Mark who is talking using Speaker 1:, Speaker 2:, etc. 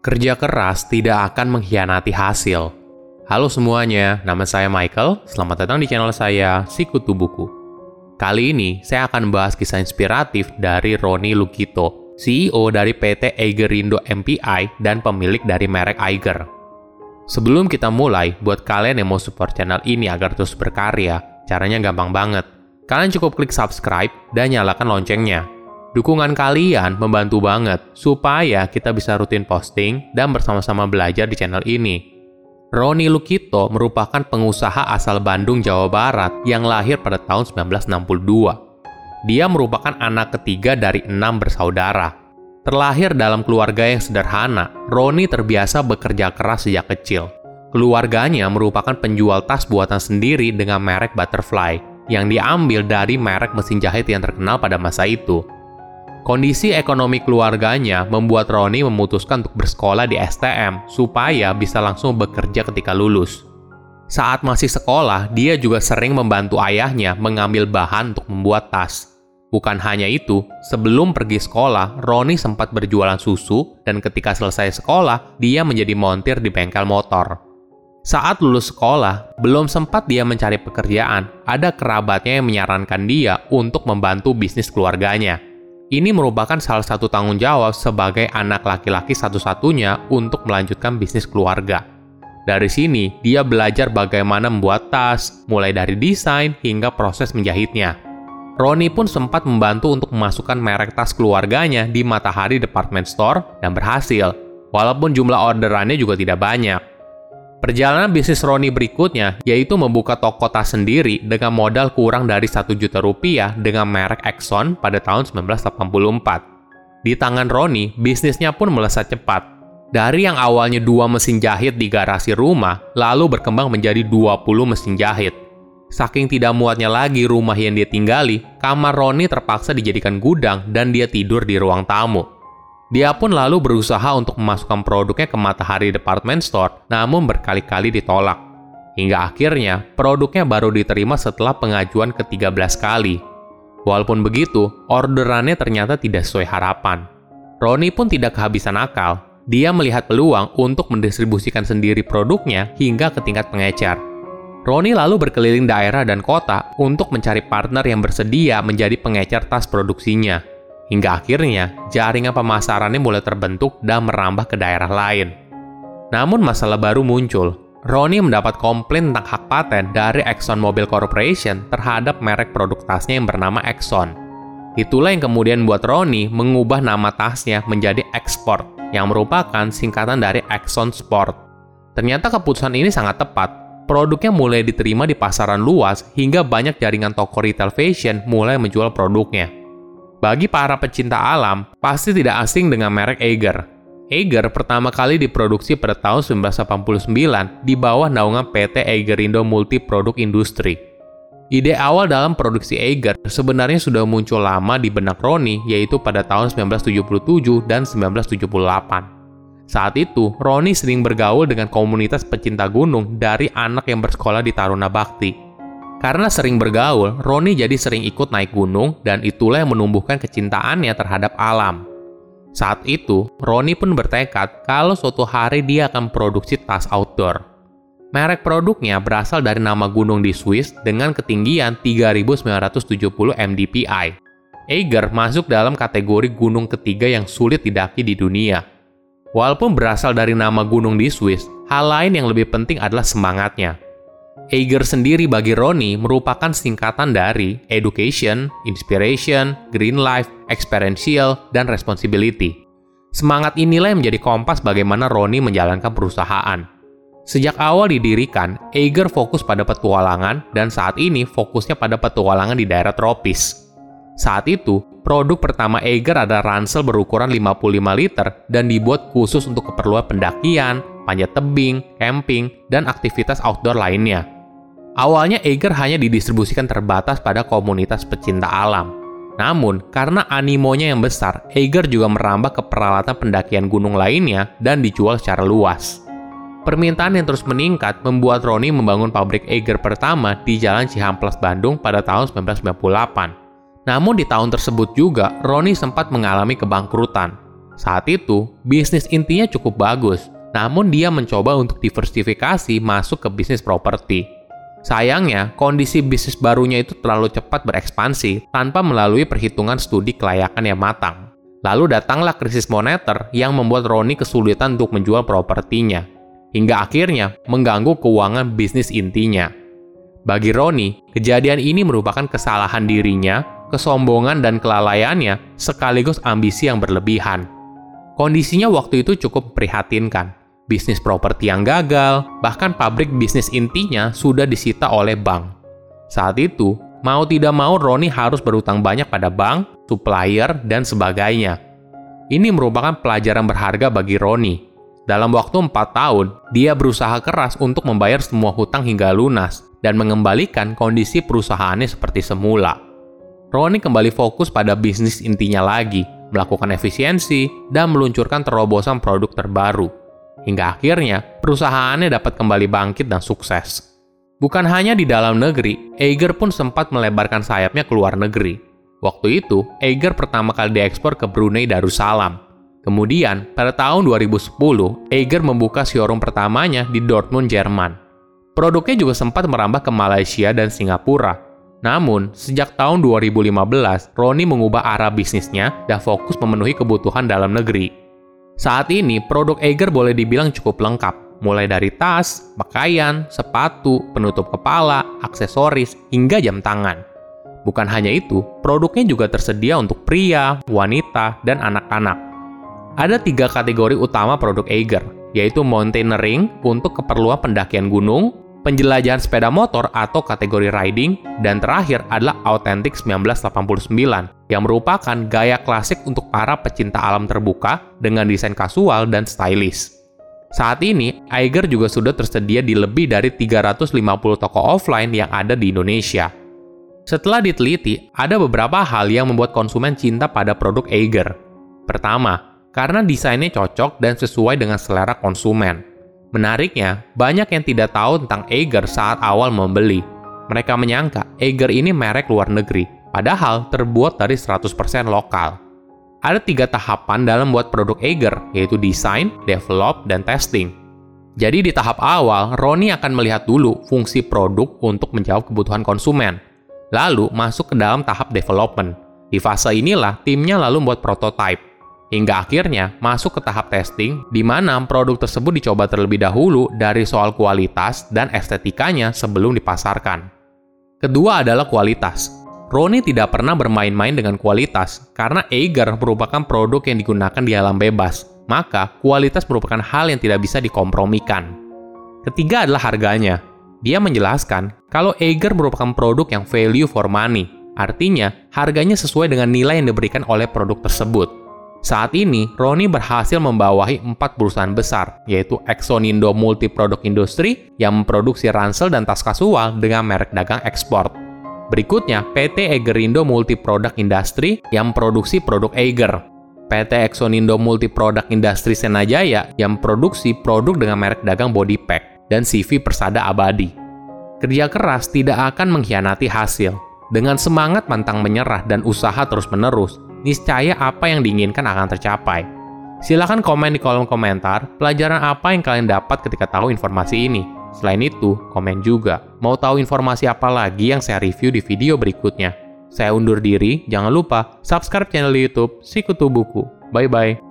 Speaker 1: Kerja keras tidak akan mengkhianati hasil. Halo semuanya, nama saya Michael. Selamat datang di channel saya, Sikutu Buku. Kali ini, saya akan membahas kisah inspiratif dari Roni Lukito, CEO dari PT Eigerindo MPI dan pemilik dari merek Eiger. Sebelum kita mulai, buat kalian yang mau support channel ini agar terus berkarya, caranya gampang banget. Kalian cukup klik subscribe dan nyalakan loncengnya. Dukungan kalian membantu banget supaya kita bisa rutin posting dan bersama-sama belajar di channel ini. Roni Lukito merupakan pengusaha asal Bandung, Jawa Barat yang lahir pada tahun 1962. Dia merupakan anak ketiga dari 6 bersaudara. Terlahir dalam keluarga yang sederhana, Roni terbiasa bekerja keras sejak kecil. Keluarganya merupakan penjual tas buatan sendiri dengan merek Butterfly yang diambil dari merek mesin jahit yang terkenal pada masa itu. Kondisi ekonomi keluarganya membuat Roni memutuskan untuk bersekolah di STM supaya bisa langsung bekerja ketika lulus. Saat masih sekolah, dia juga sering membantu ayahnya mengambil bahan untuk membuat tas. Bukan hanya itu, sebelum pergi sekolah, Roni sempat berjualan susu dan ketika selesai sekolah, dia menjadi montir di bengkel motor. Saat lulus sekolah, belum sempat dia mencari pekerjaan, ada kerabatnya yang menyarankan dia untuk membantu bisnis keluarganya. Ini merupakan salah satu tanggung jawab sebagai anak laki-laki satu-satunya untuk melanjutkan bisnis keluarga. Dari sini, dia belajar bagaimana membuat tas, mulai dari desain hingga proses menjahitnya. Roni pun sempat membantu untuk memasukkan merek tas keluarganya di Matahari Department Store dan berhasil, walaupun jumlah orderannya juga tidak banyak. Perjalanan bisnis Roni berikutnya yaitu membuka toko tas sendiri dengan modal kurang dari 1 juta rupiah dengan merek Exxon pada tahun 1984. Di tangan Roni, bisnisnya pun melesat cepat. Dari yang awalnya 2 mesin jahit di garasi rumah, lalu berkembang menjadi 20 mesin jahit. Saking tidak muatnya lagi rumah yang dia tinggali, kamar Roni terpaksa dijadikan gudang dan dia tidur di ruang tamu. Dia pun lalu berusaha untuk memasukkan produknya ke Matahari Department Store, namun berkali-kali ditolak. Hingga akhirnya, produknya baru diterima setelah pengajuan ke-13 kali. Walaupun begitu, orderannya ternyata tidak sesuai harapan. Roni pun tidak kehabisan akal. Dia melihat peluang untuk mendistribusikan sendiri produknya hingga ke tingkat pengecer. Roni lalu berkeliling daerah dan kota untuk mencari partner yang bersedia menjadi pengecer tas produksinya. Hingga akhirnya, jaringan pemasarannya mulai terbentuk dan merambah ke daerah lain. Namun masalah baru muncul. Roni mendapat komplain tentang hak paten dari Exxon Mobil Corporation terhadap merek produk tasnya yang bernama Exxon. Itulah yang kemudian membuat Roni mengubah nama tasnya menjadi Export, yang merupakan singkatan dari Exxon Sport. Ternyata keputusan ini sangat tepat. Produknya mulai diterima di pasaran luas hingga banyak jaringan toko retail fashion mulai menjual produknya. Bagi para pecinta alam, pasti tidak asing dengan merek Eiger. Eiger pertama kali diproduksi pada tahun 1989 di bawah naungan PT Eigerindo Multi Produk Industri. Ide awal dalam produksi Eiger sebenarnya sudah muncul lama di benak Roni, yaitu pada tahun 1977 dan 1978. Saat itu, Roni sering bergaul dengan komunitas pecinta gunung dari anak yang bersekolah di Taruna Bakti. Karena sering bergaul, Roni jadi sering ikut naik gunung dan itulah yang menumbuhkan kecintaannya terhadap alam. Saat itu, Roni pun bertekad kalau suatu hari dia akan produksi tas outdoor. Merek produknya berasal dari nama gunung di Swiss dengan ketinggian 3.970 mdpl. Eiger masuk dalam kategori gunung ketiga yang sulit didaki di dunia. Walaupun berasal dari nama gunung di Swiss, hal lain yang lebih penting adalah semangatnya. Eiger sendiri bagi Roni merupakan singkatan dari Education, Inspiration, Green Life, Experiential, dan Responsibility. Semangat inilah yang menjadi kompas bagaimana Roni menjalankan perusahaan. Sejak awal didirikan, Eiger fokus pada petualangan dan saat ini fokusnya pada petualangan di daerah tropis. Saat itu, produk pertama Eiger adalah ransel berukuran 55 liter dan dibuat khusus untuk keperluan pendakian, panjat tebing, camping, dan aktivitas outdoor lainnya. Awalnya Eiger hanya didistribusikan terbatas pada komunitas pecinta alam. Namun, karena animonya yang besar, Eiger juga merambah ke peralatan pendakian gunung lainnya dan dijual secara luas. Permintaan yang terus meningkat membuat Roni membangun pabrik Eiger pertama di Jalan Cihamplas, Bandung pada tahun 1998. Namun di tahun tersebut juga, Roni sempat mengalami kebangkrutan. Saat itu, bisnis intinya cukup bagus, namun dia mencoba untuk diversifikasi masuk ke bisnis properti. Sayangnya, kondisi bisnis barunya itu terlalu cepat berekspansi tanpa melalui perhitungan studi kelayakan yang matang. Lalu datanglah krisis moneter yang membuat Ronnie kesulitan untuk menjual propertinya, hingga akhirnya mengganggu keuangan bisnis intinya. Bagi Ronnie, kejadian ini merupakan kesalahan dirinya, kesombongan dan kelalaiannya, sekaligus ambisi yang berlebihan. Kondisinya waktu itu cukup memprihatinkan. Bisnis properti yang gagal, bahkan pabrik bisnis intinya sudah disita oleh bank. Saat itu, mau tidak mau Ronnie harus berutang banyak pada bank, supplier, dan sebagainya. Ini merupakan pelajaran berharga bagi Ronnie. Dalam waktu 4 tahun, dia berusaha keras untuk membayar semua hutang hingga lunas dan mengembalikan kondisi perusahaannya seperti semula. Ronnie kembali fokus pada bisnis intinya lagi, melakukan efisiensi, dan meluncurkan terobosan produk terbaru. Hingga akhirnya, perusahaannya dapat kembali bangkit dan sukses. Bukan hanya di dalam negeri, Eiger pun sempat melebarkan sayapnya ke luar negeri. Waktu itu, Eiger pertama kali diekspor ke Brunei Darussalam. Kemudian, pada tahun 2010, Eiger membuka showroom pertamanya di Dortmund, Jerman. Produknya juga sempat merambah ke Malaysia dan Singapura. Namun, sejak tahun 2015, Ronnie mengubah arah bisnisnya dan fokus memenuhi kebutuhan dalam negeri. Saat ini, produk Eiger boleh dibilang cukup lengkap, mulai dari tas, pakaian, sepatu, penutup kepala, aksesoris, hingga jam tangan. Bukan hanya itu, produknya juga tersedia untuk pria, wanita, dan anak-anak. Ada 3 kategori utama produk Eiger, yaitu mountaineering untuk keperluan pendakian gunung, penjelajahan sepeda motor atau kategori riding, dan terakhir adalah Authentic 1989 yang merupakan gaya klasik untuk para pecinta alam terbuka dengan desain kasual dan stylish. Saat ini, Eiger juga sudah tersedia di lebih dari 350 toko offline yang ada di Indonesia. Setelah diteliti, ada beberapa hal yang membuat konsumen cinta pada produk Eiger. Pertama, karena desainnya cocok dan sesuai dengan selera konsumen. Menariknya, banyak yang tidak tahu tentang Eiger saat awal membeli. Mereka menyangka Eiger ini merek luar negeri, padahal terbuat dari 100% lokal. Ada 3 tahapan dalam membuat produk Eiger, yaitu desain, develop, dan testing. Jadi di tahap awal, Ronnie akan melihat dulu fungsi produk untuk menjawab kebutuhan konsumen. Lalu masuk ke dalam tahap development. Di fase inilah timnya lalu membuat prototype. Hingga akhirnya masuk ke tahap testing, di mana produk tersebut dicoba terlebih dahulu dari soal kualitas dan estetikanya sebelum dipasarkan. Kedua adalah kualitas. Ronnie tidak pernah bermain-main dengan kualitas, karena Eiger merupakan produk yang digunakan di alam bebas, maka kualitas merupakan hal yang tidak bisa dikompromikan. Ketiga adalah harganya. Dia menjelaskan kalau Eiger merupakan produk yang value for money, artinya harganya sesuai dengan nilai yang diberikan oleh produk tersebut. Saat ini, Ronnie berhasil membawahi 4 perusahaan besar, yaitu Exonindo Multi Product Industry yang memproduksi ransel dan tas kasual dengan merek dagang ekspor. Berikutnya, PT Eigerindo Multi Product Industry yang memproduksi produk Eiger. PT Exonindo Multi Product Industry Senajaya yang memproduksi produk dengan merek dagang body pack, dan CV Persada Abadi. Kerja keras tidak akan mengkhianati hasil. Dengan semangat pantang menyerah dan usaha terus-menerus, niscaya apa yang diinginkan akan tercapai. Silahkan komen di kolom komentar pelajaran apa yang kalian dapat ketika tahu informasi ini. Selain itu, komen juga mau tahu informasi apa lagi yang saya review di video berikutnya. Saya undur diri, jangan lupa subscribe channel YouTube Sikutu Buku. Bye-bye.